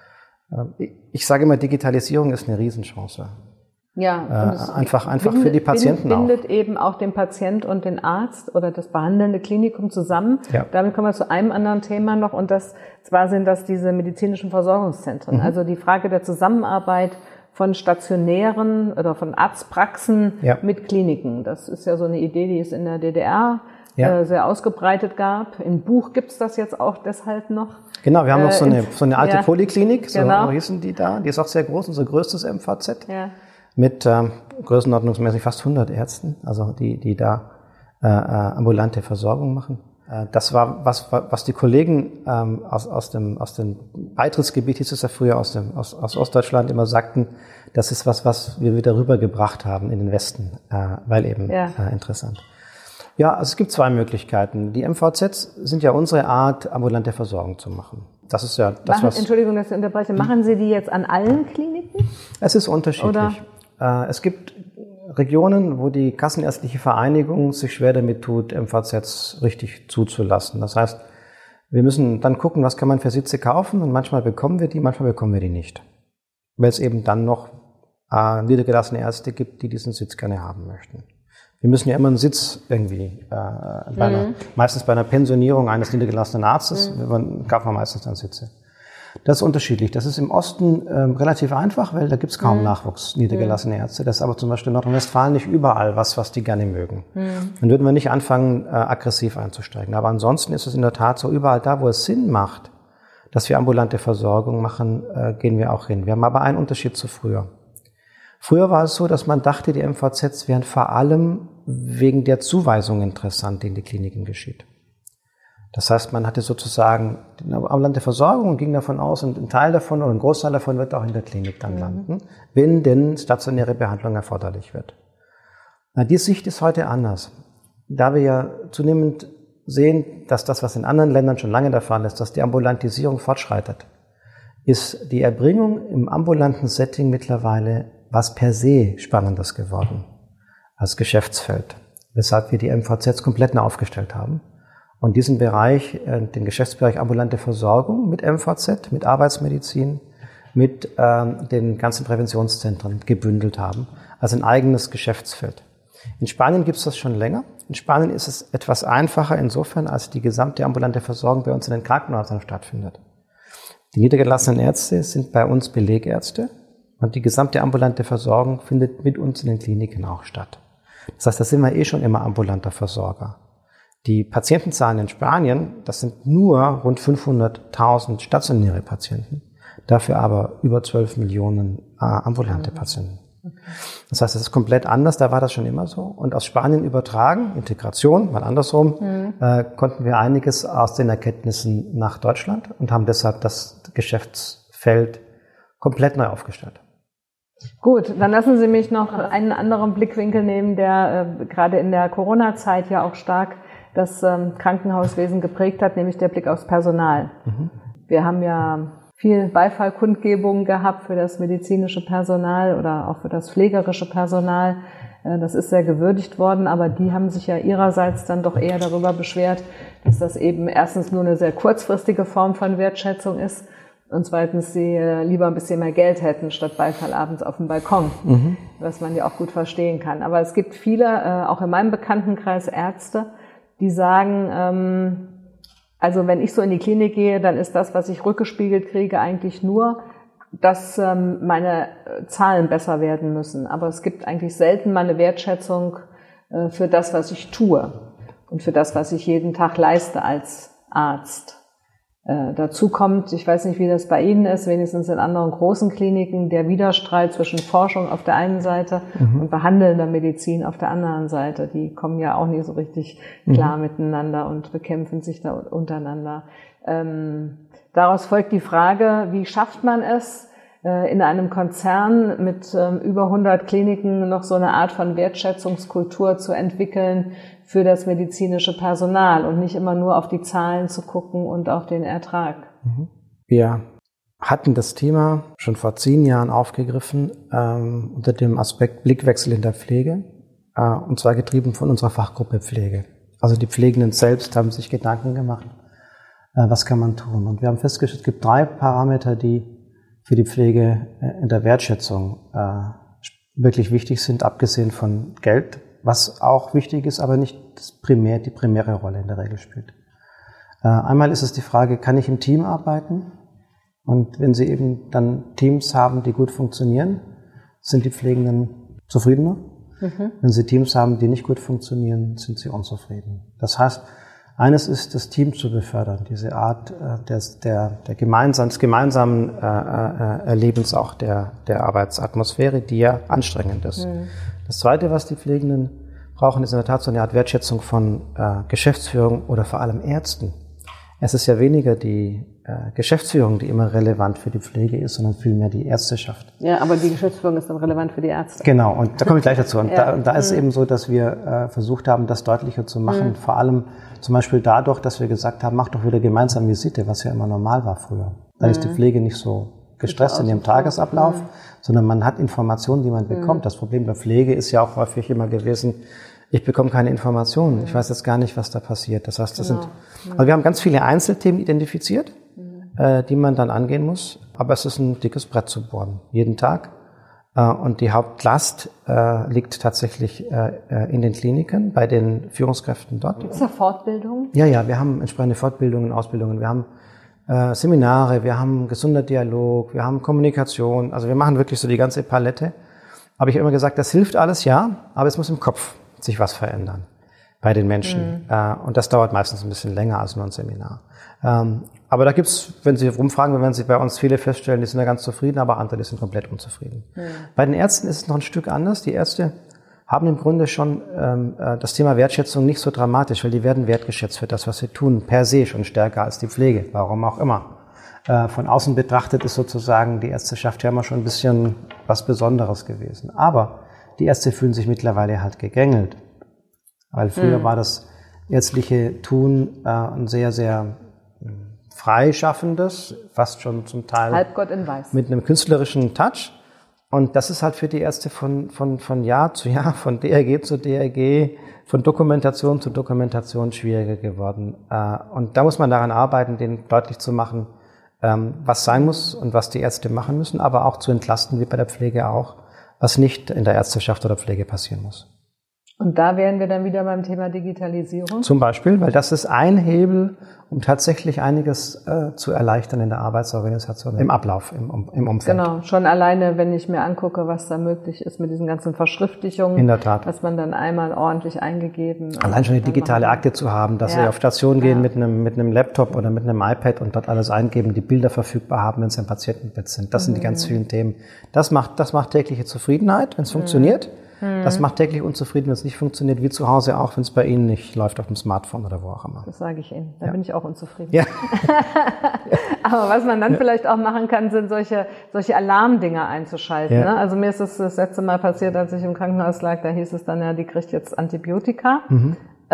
Ich sage immer, Digitalisierung ist eine Riesenchance. Ja, äh, einfach, einfach bindet, für die Patienten bindet, bindet auch. eben auch den Patient und den Arzt oder das behandelnde Klinikum zusammen. Ja. Damit kommen wir zu einem anderen Thema noch und das, zwar sind das diese medizinischen Versorgungszentren. Mhm. Also die Frage der Zusammenarbeit von stationären oder von Arztpraxen ja. mit Kliniken. Das ist ja so eine Idee, die es in der D D R ja. äh, sehr ausgebreitet gab. Im Buch gibt's das jetzt auch deshalb noch. Genau, wir haben noch so eine, so eine alte ja, Poliklinik, so genau. hießen die da. Die ist auch sehr groß, unser größtes M V Z. Ja. Mit ähm, größenordnungsmäßig fast hundert Ärzten, also die, die da äh, ambulante Versorgung machen. Das war was, was die Kollegen ähm, aus, aus, dem, aus dem Beitrittsgebiet, hieß es ja früher, aus, dem, aus, aus Ostdeutschland immer sagten, das ist was, was wir wieder rübergebracht haben in den Westen, äh, weil eben ja. äh, interessant. Ja, also es gibt zwei Möglichkeiten. Die M V Zs sind ja unsere Art, ambulante Versorgung zu machen. Das ist ja das, machen, was... Entschuldigung, dass ich unterbreche. Machen Sie die jetzt an allen Kliniken? Es ist unterschiedlich. Oder? Äh, es gibt Regionen, wo die Kassenärztliche Vereinigung sich schwer damit tut, M V Zs richtig zuzulassen. Das heißt, wir müssen dann gucken, was kann man für Sitze kaufen, und manchmal bekommen wir die, manchmal bekommen wir die nicht. Weil es eben dann noch äh, niedergelassene Ärzte gibt, die diesen Sitz gerne haben möchten. Wir müssen ja immer einen Sitz irgendwie, äh, bei mhm. einer, meistens bei einer Pensionierung eines niedergelassenen Arztes, mhm. man, gab man meistens dann Sitze. Das ist unterschiedlich. Das ist im Osten ähm, relativ einfach, weil da gibt es kaum mhm. Nachwuchs, niedergelassene Ärzte. Das ist aber zum Beispiel in Nordrhein-Westfalen nicht überall was, was die gerne mögen. Mhm. Dann würden wir nicht anfangen, äh, aggressiv einzusteigen. Aber ansonsten ist es in der Tat so, überall da, wo es Sinn macht, dass wir ambulante Versorgung machen, äh, gehen wir auch hin. Wir haben aber einen Unterschied zu früher. Früher war es so, dass man dachte, die M V Zs wären vor allem wegen der Zuweisung interessant, die in die Kliniken geschieht. Das heißt, man hatte sozusagen eine ambulante Versorgung und ging davon aus, und ein Teil davon oder ein Großteil davon wird auch in der Klinik dann landen, mhm. wenn denn stationäre Behandlung erforderlich wird. Na, die Sicht ist heute anders. Da wir ja zunehmend sehen, dass das, was in anderen Ländern schon lange der Fall ist, dass die Ambulantisierung fortschreitet, ist die Erbringung im ambulanten Setting mittlerweile was per se Spannendes geworden als Geschäftsfeld, weshalb wir die M V Zs komplett neu aufgestellt haben und diesen Bereich, den Geschäftsbereich ambulante Versorgung mit M V Z, mit Arbeitsmedizin, mit ähm, den ganzen Präventionszentren gebündelt haben, als ein eigenes Geschäftsfeld. In Spanien gibt es das schon länger. In Spanien ist es etwas einfacher insofern, als die gesamte ambulante Versorgung bei uns in den Krankenhäusern stattfindet. Die niedergelassenen Ärzte sind bei uns Belegärzte. Und die gesamte ambulante Versorgung findet mit uns in den Kliniken auch statt. Das heißt, da sind wir eh schon immer ambulanter Versorger. Die Patientenzahlen in Spanien, das sind nur rund fünfhunderttausend stationäre Patienten, dafür aber über zwölf Millionen äh, ambulante Patienten. Okay. Das heißt, es ist komplett anders, da war das schon immer so. Und aus Spanien übertragen, Integration, mal andersrum, mhm. äh, konnten wir einiges aus den Erkenntnissen nach Deutschland und haben deshalb das Geschäftsfeld komplett neu aufgestellt. Gut, dann lassen Sie mich noch einen anderen Blickwinkel nehmen, der äh, gerade in der Corona-Zeit ja auch stark das ähm, Krankenhauswesen geprägt hat, nämlich der Blick aufs Personal. Mhm. Wir haben ja viel Beifallkundgebungen gehabt für das medizinische Personal oder auch für das pflegerische Personal. Äh, das ist sehr gewürdigt worden, aber die haben sich ja ihrerseits dann doch eher darüber beschwert, dass das eben erstens nur eine sehr kurzfristige Form von Wertschätzung ist, und zweitens, sie äh, lieber ein bisschen mehr Geld hätten, statt Beifall abends auf dem Balkon, mhm. was man ja auch gut verstehen kann. Aber es gibt viele, äh, auch in meinem Bekanntenkreis, Ärzte, die sagen, ähm, also wenn ich so in die Klinik gehe, dann ist das, was ich rückgespiegelt kriege, eigentlich nur, dass ähm, meine Zahlen besser werden müssen. Aber es gibt eigentlich selten mal eine Wertschätzung äh, für das, was ich tue und für das, was ich jeden Tag leiste als Arzt. Äh, dazu kommt, ich weiß nicht, wie das bei Ihnen ist, wenigstens in anderen großen Kliniken, der Widerstreit zwischen Forschung auf der einen Seite mhm. und behandelnder Medizin auf der anderen Seite. Die kommen ja auch nicht so richtig klar mhm. miteinander und bekämpfen sich da untereinander. Ähm, daraus folgt die Frage, wie schafft man es, äh, in einem Konzern mit ähm, über hundert Kliniken noch so eine Art von Wertschätzungskultur zu entwickeln für das medizinische Personal und nicht immer nur auf die Zahlen zu gucken und auf den Ertrag. Wir hatten das Thema schon vor zehn Jahren aufgegriffen ähm, unter dem Aspekt Blickwechsel in der Pflege, äh, und zwar getrieben von unserer Fachgruppe Pflege. Also die Pflegenden selbst haben sich Gedanken gemacht, äh, was kann man tun. Und wir haben festgestellt, es gibt drei Parameter, die für die Pflege äh, in der Wertschätzung äh, wirklich wichtig sind, abgesehen von Geld, was auch wichtig ist, aber nicht das primär, die primäre Rolle in der Regel spielt. Äh, einmal ist es die Frage, kann ich im Team arbeiten? Und wenn Sie eben dann Teams haben, die gut funktionieren, sind die Pflegenden zufriedener. Mhm. Wenn Sie Teams haben, die nicht gut funktionieren, sind sie unzufrieden. Das heißt, eines ist, das Team zu befördern, diese Art äh, des, der, der gemeinsamen, des gemeinsamen äh, äh, Erlebens auch der, der Arbeitsatmosphäre, die ja anstrengend ist. Mhm. Das Zweite, was die Pflegenden brauchen, ist in der Tat so eine Art Wertschätzung von äh, Geschäftsführung oder vor allem Ärzten. Es ist ja weniger die äh, Geschäftsführung, die immer relevant für die Pflege ist, sondern vielmehr die Ärzteschaft. Ja, aber die Geschäftsführung ist dann relevant für die Ärzte. Genau, und da komme ich gleich dazu. Und, ja. da, und da ist es eben so, dass wir äh, versucht haben, das deutlicher zu machen. Mhm. Vor allem zum Beispiel dadurch, dass wir gesagt haben, mach doch wieder gemeinsam Visite, was ja immer normal war früher. Dann mhm. ist die Pflege nicht so gestresst in ihrem Tagesablauf, mhm. sondern man hat Informationen, die man bekommt. Mhm. Das Problem bei Pflege ist ja auch häufig immer gewesen, ich bekomme keine Informationen. Ich weiß jetzt gar nicht, was da passiert. Das heißt, das genau. sind, also wir haben ganz viele Einzelthemen identifiziert, mhm. äh, die man dann angehen muss. Aber es ist ein dickes Brett zu bohren. Jeden Tag. Äh, und die Hauptlast äh, liegt tatsächlich äh, in den Kliniken, bei den Führungskräften dort. Ist da Fortbildung? Ja, ja, wir haben entsprechende Fortbildungen, Ausbildungen. Wir haben äh, Seminare, wir haben gesunder Dialog, wir haben Kommunikation. Also wir machen wirklich so die ganze Palette. Aber ich habe immer gesagt, das hilft alles, ja, aber es muss im Kopf sich was verändern bei den Menschen. Mhm. Äh, und das dauert meistens ein bisschen länger als nur ein Seminar. Ähm, aber da gibt's, wenn Sie rumfragen, werden Sie bei uns viele feststellen, die sind ja ganz zufrieden, aber andere, die sind komplett unzufrieden. Mhm. Bei den Ärzten ist es noch ein Stück anders. Die Ärzte haben im Grunde schon ähm, das Thema Wertschätzung nicht so dramatisch, weil die werden wertgeschätzt für das, was sie tun, per se schon stärker als die Pflege, warum auch immer. Äh, von außen betrachtet ist sozusagen die Ärzteschaft ja immer schon ein bisschen was Besonderes gewesen. Aber die Ärzte fühlen sich mittlerweile halt gegängelt. Weil früher mhm. war das ärztliche Tun äh, ein sehr, sehr äh, freischaffendes, fast schon zum Teil Halbgott in Weiß. Mit einem künstlerischen Touch. Und das ist halt für die Ärzte von, von, von Jahr zu Jahr, von D R G zu D R G, von Dokumentation zu Dokumentation schwieriger geworden. Äh, und da muss man daran arbeiten, denen deutlich zu machen, ähm, was sein muss und was die Ärzte machen müssen, aber auch zu entlasten, wie bei der Pflege auch, was nicht in der Ärzteschaft oder Pflege passieren muss. Und da wären wir dann wieder beim Thema Digitalisierung? Zum Beispiel, weil das ist ein Hebel, um tatsächlich einiges äh, zu erleichtern in der Arbeitsorganisation, im Ablauf, im, im Umfeld. Genau, schon alleine, wenn ich mir angucke, was da möglich ist mit diesen ganzen Verschriftlichungen. In der Tat. Was man dann einmal ordentlich eingegeben. Allein schon eine digitale machen. Akte zu haben, dass ja. Sie auf Station gehen ja. mit einem mit einem Laptop oder mit einem iPad und dort alles eingeben, die Bilder verfügbar haben, wenn Sie im Patientenbett sind. Das mhm. sind die ganz vielen Themen. Das macht, das macht tägliche Zufriedenheit, wenn es mhm. funktioniert. Das macht täglich unzufrieden, wenn es nicht funktioniert, wie zu Hause auch, wenn es bei Ihnen nicht läuft auf dem Smartphone oder wo auch immer. Das sage ich Ihnen. Da ja. bin ich auch unzufrieden. Ja. Aber was man dann ja. vielleicht auch machen kann, sind solche solche Alarmdinger einzuschalten. Ja. Ne? Also mir ist es das letzte Mal passiert, als ich im Krankenhaus lag, da hieß es dann ja, die kriegt jetzt Antibiotika. Mhm.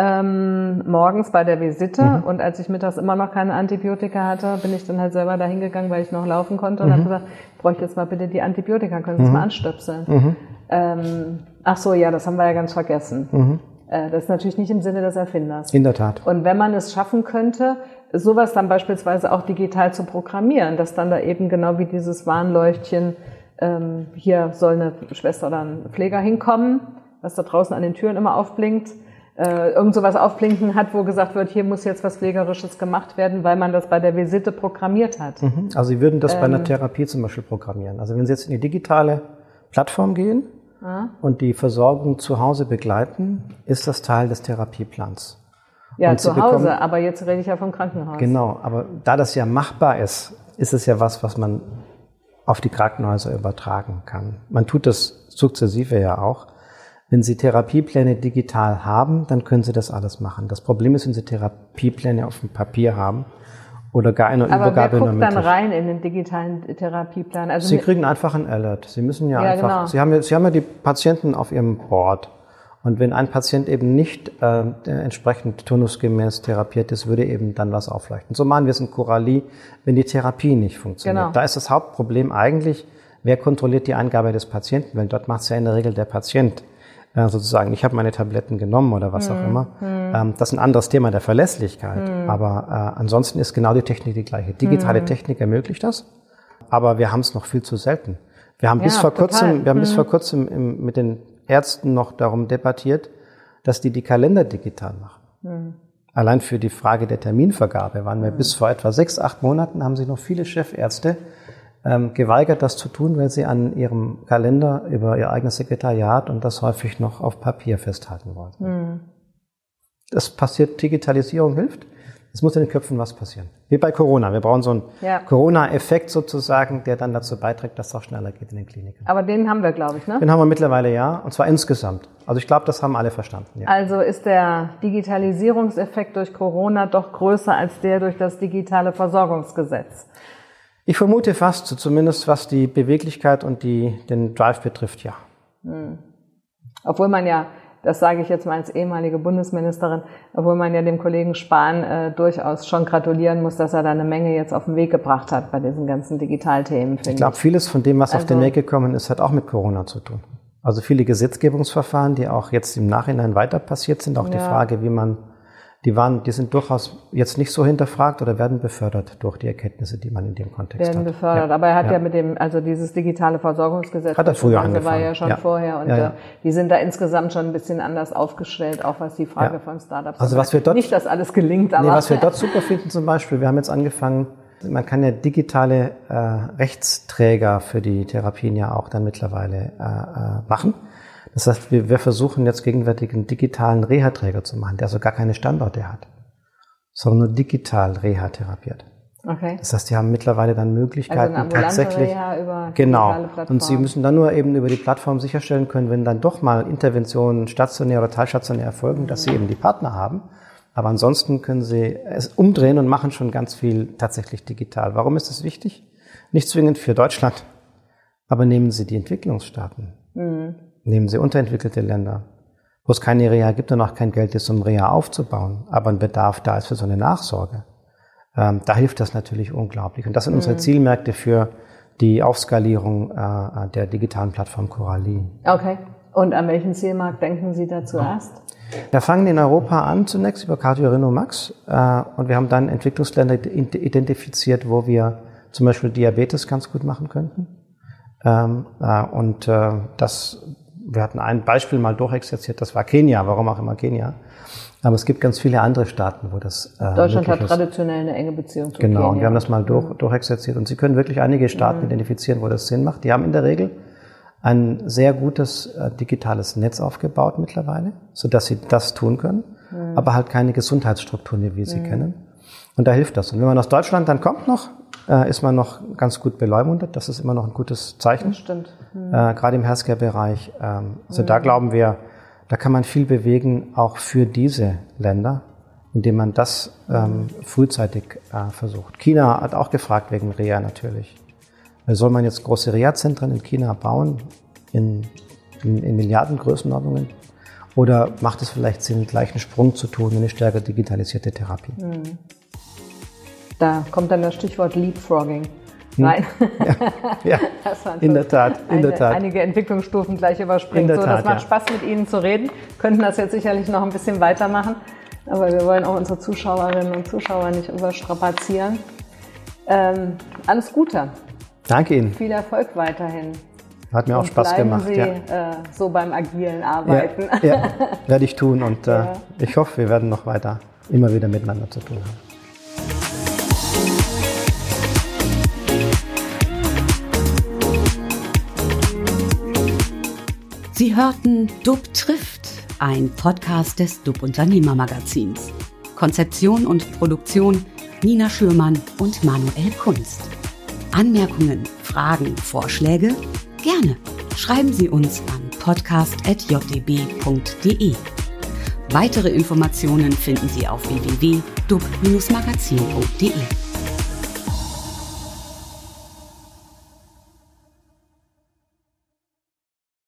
Ähm, morgens bei der Visite mhm. und als ich mittags immer noch keine Antibiotika hatte, bin ich dann halt selber dahin gegangen, weil ich noch laufen konnte und mhm. habe gesagt, ich bräuchte jetzt mal bitte die Antibiotika, können Sie es mhm. mal anstöpseln? Mhm. Ähm, ach so, ja, das haben wir ja ganz vergessen. Mhm. Äh, das ist natürlich nicht im Sinne des Erfinders. In der Tat. Und wenn man es schaffen könnte, sowas dann beispielsweise auch digital zu programmieren, dass dann da eben genau wie dieses Warnleuchtchen, ähm, hier soll eine Schwester oder ein Pfleger hinkommen, was da draußen an den Türen immer aufblinkt, äh, irgend sowas aufblinken hat, wo gesagt wird, hier muss jetzt was Pflegerisches gemacht werden, weil man das bei der Visite programmiert hat. Mhm. Also Sie würden das ähm, bei einer Therapie zum Beispiel programmieren. Also wenn Sie jetzt in die digitale Plattform gehen ja. und die Versorgung zu Hause begleiten, ist das Teil des Therapieplans. Ja, und zu Hause, bekommen, aber jetzt rede ich ja vom Krankenhaus. Genau, aber da das ja machbar ist, ist es ja was, was man auf die Krankenhäuser übertragen kann. Man tut das sukzessive ja auch. Wenn Sie Therapiepläne digital haben, dann können Sie das alles machen. Das Problem ist, wenn Sie Therapiepläne auf dem Papier haben oder gar eine Aber Übergabe nur mündlich. Aber wer guckt dann rein in den digitalen Therapieplan? Also Sie kriegen einfach einen Alert. Sie müssen ja, ja einfach, genau. Sie haben ja, Sie haben ja die Patienten auf Ihrem Board. Und wenn ein Patient eben nicht äh, entsprechend turnusgemäß therapiert ist, würde eben dann was aufleuchten. So machen wir es in Coralie, wenn die Therapie nicht funktioniert. Genau. Da ist das Hauptproblem eigentlich, wer kontrolliert die Eingabe des Patienten, weil dort macht es ja in der Regel der Patient. Äh, sozusagen, ich habe meine Tabletten genommen oder was hm, auch immer. Hm. Ähm, das ist ein anderes Thema der Verlässlichkeit. Hm. Aber äh, ansonsten ist genau die Technik die gleiche. Digitale hm. Technik ermöglicht das, aber wir haben es noch viel zu selten. Wir haben ja, bis vor total. kurzem, wir haben hm. bis vor kurzem im, mit den Ärzten noch darum debattiert, dass die die Kalender digital machen. Hm. Allein für die Frage der Terminvergabe waren wir hm. bis vor etwa sechs, acht Monaten haben sich noch viele Chefärzte ähm, geweigert, das zu tun, weil sie an ihrem Kalender über ihr eigenes Sekretariat und das häufig noch auf Papier festhalten wollten. Hm. Das passiert, Digitalisierung hilft. Es muss in den Köpfen was passieren. Wie bei Corona. Wir brauchen so einen ja. Corona-Effekt sozusagen, der dann dazu beiträgt, dass es auch schneller geht in den Kliniken. Aber den haben wir, glaube ich, ne? Den haben wir mittlerweile, ja. Und zwar insgesamt. Also ich glaube, das haben alle verstanden. Ja. Also ist der Digitalisierungseffekt durch Corona doch größer als der durch das digitale Versorgungsgesetz? Ich vermute fast, zumindest was die Beweglichkeit und die, den Drive betrifft, ja. Hm. Obwohl man ja, das sage ich jetzt mal als ehemalige Bundesministerin, obwohl man ja dem Kollegen Spahn äh, durchaus schon gratulieren muss, dass er da eine Menge jetzt auf den Weg gebracht hat bei diesen ganzen Digitalthemen, finde ich. Ich glaube, vieles von dem, was also, auf den Weg gekommen ist, hat auch mit Corona zu tun. Also viele Gesetzgebungsverfahren, die auch jetzt im Nachhinein weiter passiert sind, auch ja. die Frage, wie man, die waren, die sind durchaus jetzt nicht so hinterfragt oder werden befördert durch die Erkenntnisse, die man in dem Kontext werden hat. Werden befördert, ja. aber er hat ja. ja mit dem, also dieses digitale Versorgungsgesetz, hat er früher also angefangen. war ja schon ja. vorher und ja, ja. Äh, die sind da insgesamt schon ein bisschen anders aufgestellt, auch was die Frage ja. von Startups also was wir dort, nicht, dass alles gelingt, aber nee, was wir dort super finden zum Beispiel, wir haben jetzt angefangen, man kann ja digitale äh, Rechtsträger für die Therapien ja auch dann mittlerweile äh, äh, machen. Das heißt, wir, wir versuchen jetzt gegenwärtig einen digitalen Reha-Träger zu machen, der also gar keine Standorte hat, sondern nur digital Reha therapiert. Okay. Das heißt, die haben mittlerweile dann Möglichkeiten, also tatsächlich Reha über genau. Plattform. Und sie müssen dann nur eben über die Plattform sicherstellen können, wenn dann doch mal Interventionen stationär oder teilstationär erfolgen, mhm. dass sie eben die Partner haben. Aber ansonsten können sie es umdrehen und machen schon ganz viel tatsächlich digital. Warum ist das wichtig? Nicht zwingend für Deutschland, aber nehmen Sie die Entwicklungsstaaten. Mhm. Nehmen Sie unterentwickelte Länder, wo es keine Reha gibt und auch kein Geld ist, um Reha aufzubauen, aber ein Bedarf da ist für so eine Nachsorge. Ähm, da hilft das natürlich unglaublich. Und das sind mhm. unsere Zielmärkte für die Aufskalierung äh, der digitalen Plattform Coralie. Okay. Und an welchen Zielmarkt denken Sie da zuerst? Wir fangen in Europa an zunächst über Cardio Max äh, und wir haben dann Entwicklungsländer identifiziert, wo wir zum Beispiel Diabetes ganz gut machen könnten. Ähm, äh, und äh, das Wir hatten ein Beispiel mal durchexerziert, das war Kenia, warum auch immer Kenia. Aber es gibt ganz viele andere Staaten, wo das äh, Deutschland hat ist. traditionell eine enge Beziehung zu Genau, Kenia. und wir haben das mal durch, mhm. durchexerziert. Und Sie können wirklich einige Staaten mhm. identifizieren, wo das Sinn macht. Die haben in der Regel ein sehr gutes äh, digitales Netz aufgebaut mittlerweile, sodass sie das tun können, mhm. aber halt keine Gesundheitsstrukturen, wie wir sie mhm. kennen. Und da hilft das. Und wenn man aus Deutschland dann kommt noch, äh, ist man noch ganz gut beleumundet. Das ist immer noch ein gutes Zeichen. Das stimmt. Mhm. Äh, gerade im Healthcare-Bereich. Ähm, also mhm. da glauben wir, da kann man viel bewegen, auch für diese Länder, indem man das ähm, frühzeitig äh, versucht. China hat auch gefragt wegen Reha natürlich. Soll man jetzt große Reha-Zentren in China bauen, in, in, in Milliardengrößenordnungen? Oder macht es vielleicht Sinn, den gleichen Sprung zu tun in eine stärker digitalisierte Therapie? Mhm. Da kommt dann das Stichwort Leapfrogging. Nein. Ja, ja. in der Tat, in eine, der Tat. Einige Entwicklungsstufen gleich überspringen. In der so, Tat, das macht ja. Spaß, mit Ihnen zu reden. Könnten das jetzt sicherlich noch ein bisschen weitermachen. Aber wir wollen auch unsere Zuschauerinnen und Zuschauer nicht überstrapazieren. Ähm, alles Gute. Danke Ihnen. Viel Erfolg weiterhin. Hat mir auch und Spaß gemacht. Sie, ja. äh, so beim agilen Arbeiten. Ja, ja, werde ich tun. Und ja. äh, ich hoffe, wir werden noch weiter immer wieder miteinander zu tun haben. Sie hörten D U B trifft, ein Podcast des D U B Unternehmermagazins. Konzeption und Produktion Nina Schürmann und Manuel Kunst. Anmerkungen, Fragen, Vorschläge? Gerne. Schreiben Sie uns an podcast at j d b punkt d e. Weitere Informationen finden Sie auf w w w punkt d u b Bindestrich magazin punkt d e.